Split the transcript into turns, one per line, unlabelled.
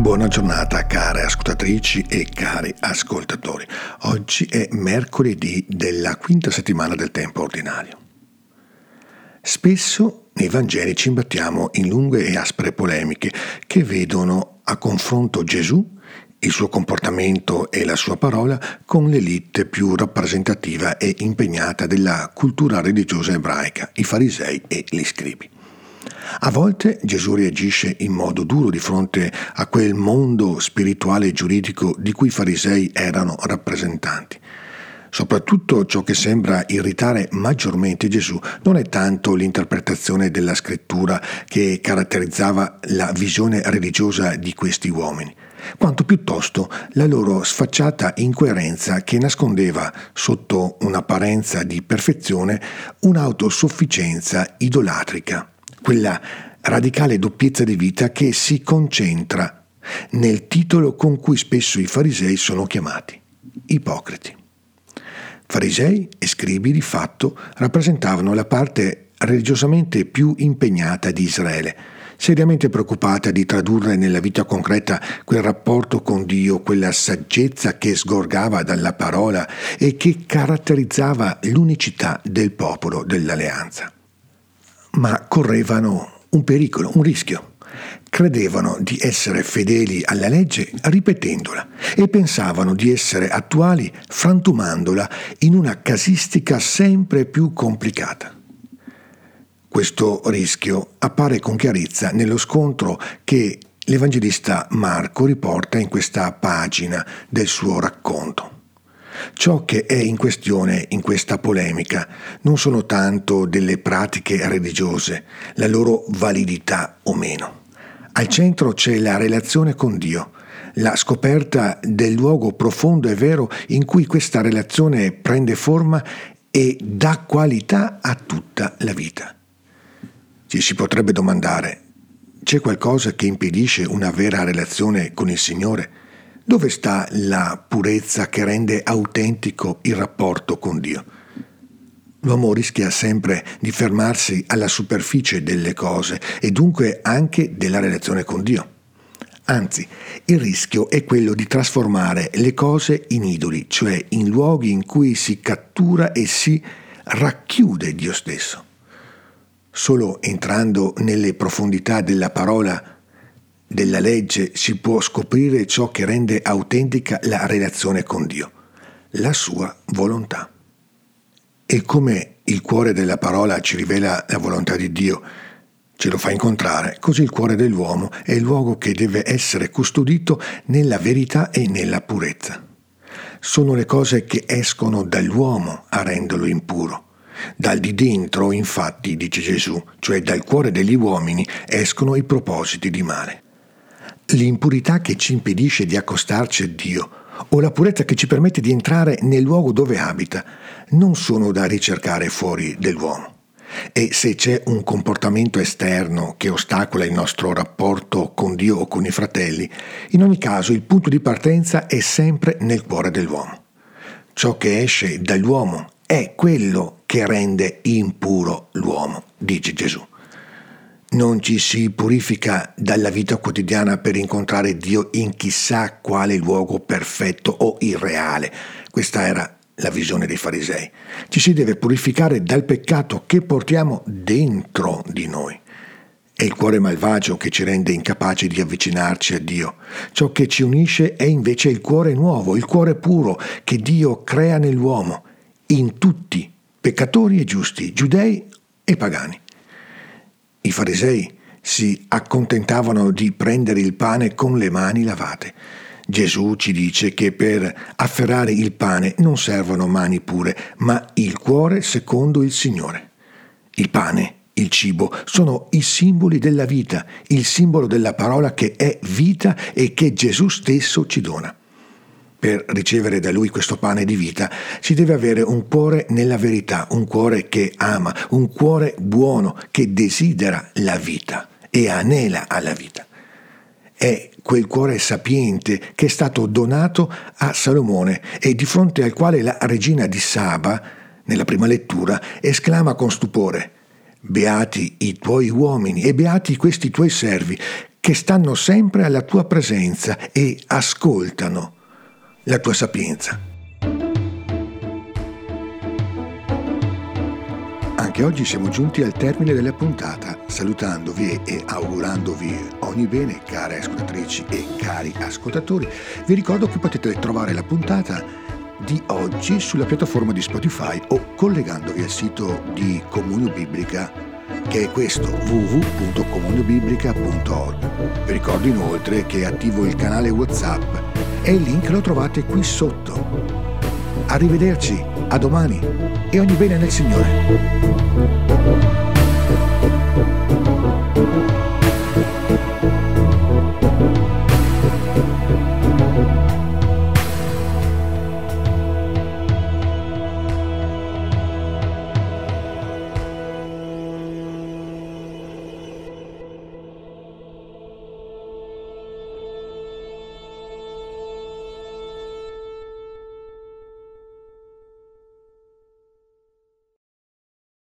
Buona giornata care ascoltatrici e cari ascoltatori. Oggi è mercoledì della quinta settimana del tempo ordinario. Spesso nei Vangeli ci imbattiamo in lunghe e aspre polemiche che vedono a confronto Gesù, il suo comportamento e la sua parola con l'elite più rappresentativa e impegnata della cultura religiosa ebraica, i farisei e gli scribi. A volte Gesù reagisce in modo duro di fronte a quel mondo spirituale e giuridico di cui i farisei erano rappresentanti. Soprattutto ciò che sembra irritare maggiormente Gesù non è tanto l'interpretazione della scrittura che caratterizzava la visione religiosa di questi uomini, quanto piuttosto la loro sfacciata incoerenza che nascondeva sotto un'apparenza di perfezione un'autosufficienza idolatrica, quella radicale doppiezza di vita che si concentra nel titolo con cui spesso i farisei sono chiamati, ipocriti. Farisei e scribi di fatto rappresentavano la parte religiosamente più impegnata di Israele, seriamente preoccupata di tradurre nella vita concreta quel rapporto con Dio, quella saggezza che sgorgava dalla parola e che caratterizzava l'unicità del popolo dell'alleanza. Ma correvano un pericolo, un rischio. Credevano di essere fedeli alla legge ripetendola e pensavano di essere attuali frantumandola in una casistica sempre più complicata. Questo rischio appare con chiarezza nello scontro che l'Evangelista Marco riporta in questa pagina del suo racconto. Ciò che è in questione in questa polemica non sono tanto delle pratiche religiose, la loro validità o meno. Al centro c'è la relazione con Dio, la scoperta del luogo profondo e vero in cui questa relazione prende forma e dà qualità a tutta la vita. Ci si potrebbe domandare, c'è qualcosa che impedisce una vera relazione con il Signore? Dove sta la purezza che rende autentico il rapporto con Dio? L'uomo rischia sempre di fermarsi alla superficie delle cose e dunque anche della relazione con Dio. Anzi, il rischio è quello di trasformare le cose in idoli, cioè in luoghi in cui si cattura e si racchiude Dio stesso. Solo entrando nelle profondità della parola della legge si può scoprire ciò che rende autentica la relazione con Dio, la sua volontà. E come il cuore della parola ci rivela la volontà di Dio, ce lo fa incontrare, così il cuore dell'uomo è il luogo che deve essere custodito nella verità e nella purezza. Sono le cose che escono dall'uomo a renderlo impuro. Dal di dentro, infatti, dice Gesù, cioè dal cuore degli uomini, escono i propositi di male. L'impurità che ci impedisce di accostarci a Dio o la purezza che ci permette di entrare nel luogo dove abita non sono da ricercare fuori dell'uomo. E se c'è un comportamento esterno che ostacola il nostro rapporto con Dio o con i fratelli, in ogni caso il punto di partenza è sempre nel cuore dell'uomo. Ciò che esce dall'uomo è quello che rende impuro l'uomo, dice Gesù. Non ci si purifica dalla vita quotidiana per incontrare Dio in chissà quale luogo perfetto o irreale. Questa era la visione dei farisei. Ci si deve purificare dal peccato che portiamo dentro di noi. È il cuore malvagio che ci rende incapaci di avvicinarci a Dio. Ciò che ci unisce è invece il cuore nuovo, il cuore puro che Dio crea nell'uomo, in tutti, peccatori e giusti, giudei e pagani. I farisei si accontentavano di prendere il pane con le mani lavate. Gesù ci dice che per afferrare il pane non servono mani pure, ma il cuore secondo il Signore. Il pane, il cibo, sono i simboli della vita, il simbolo della parola che è vita e che Gesù stesso ci dona. Per ricevere da Lui questo pane di vita si deve avere un cuore nella verità, un cuore che ama, un cuore buono che desidera la vita e anela alla vita. È quel cuore sapiente che è stato donato a Salomone e di fronte al quale la regina di Saba, nella prima lettura, esclama con stupore: «Beati i tuoi uomini e beati questi tuoi servi, che stanno sempre alla tua presenza e ascoltano la tua sapienza. Anche oggi siamo giunti al termine della puntata, salutandovi e augurandovi ogni bene, care ascoltatrici e cari ascoltatori. Vi ricordo che potete trovare la puntata di oggi sulla piattaforma di Spotify o collegandovi al sito di Comunio Biblica, che è questo, www.comuniobiblica.org. Vi ricordo inoltre che è attivo il canale WhatsApp e il link lo trovate qui sotto. Arrivederci, a domani e ogni bene nel Signore.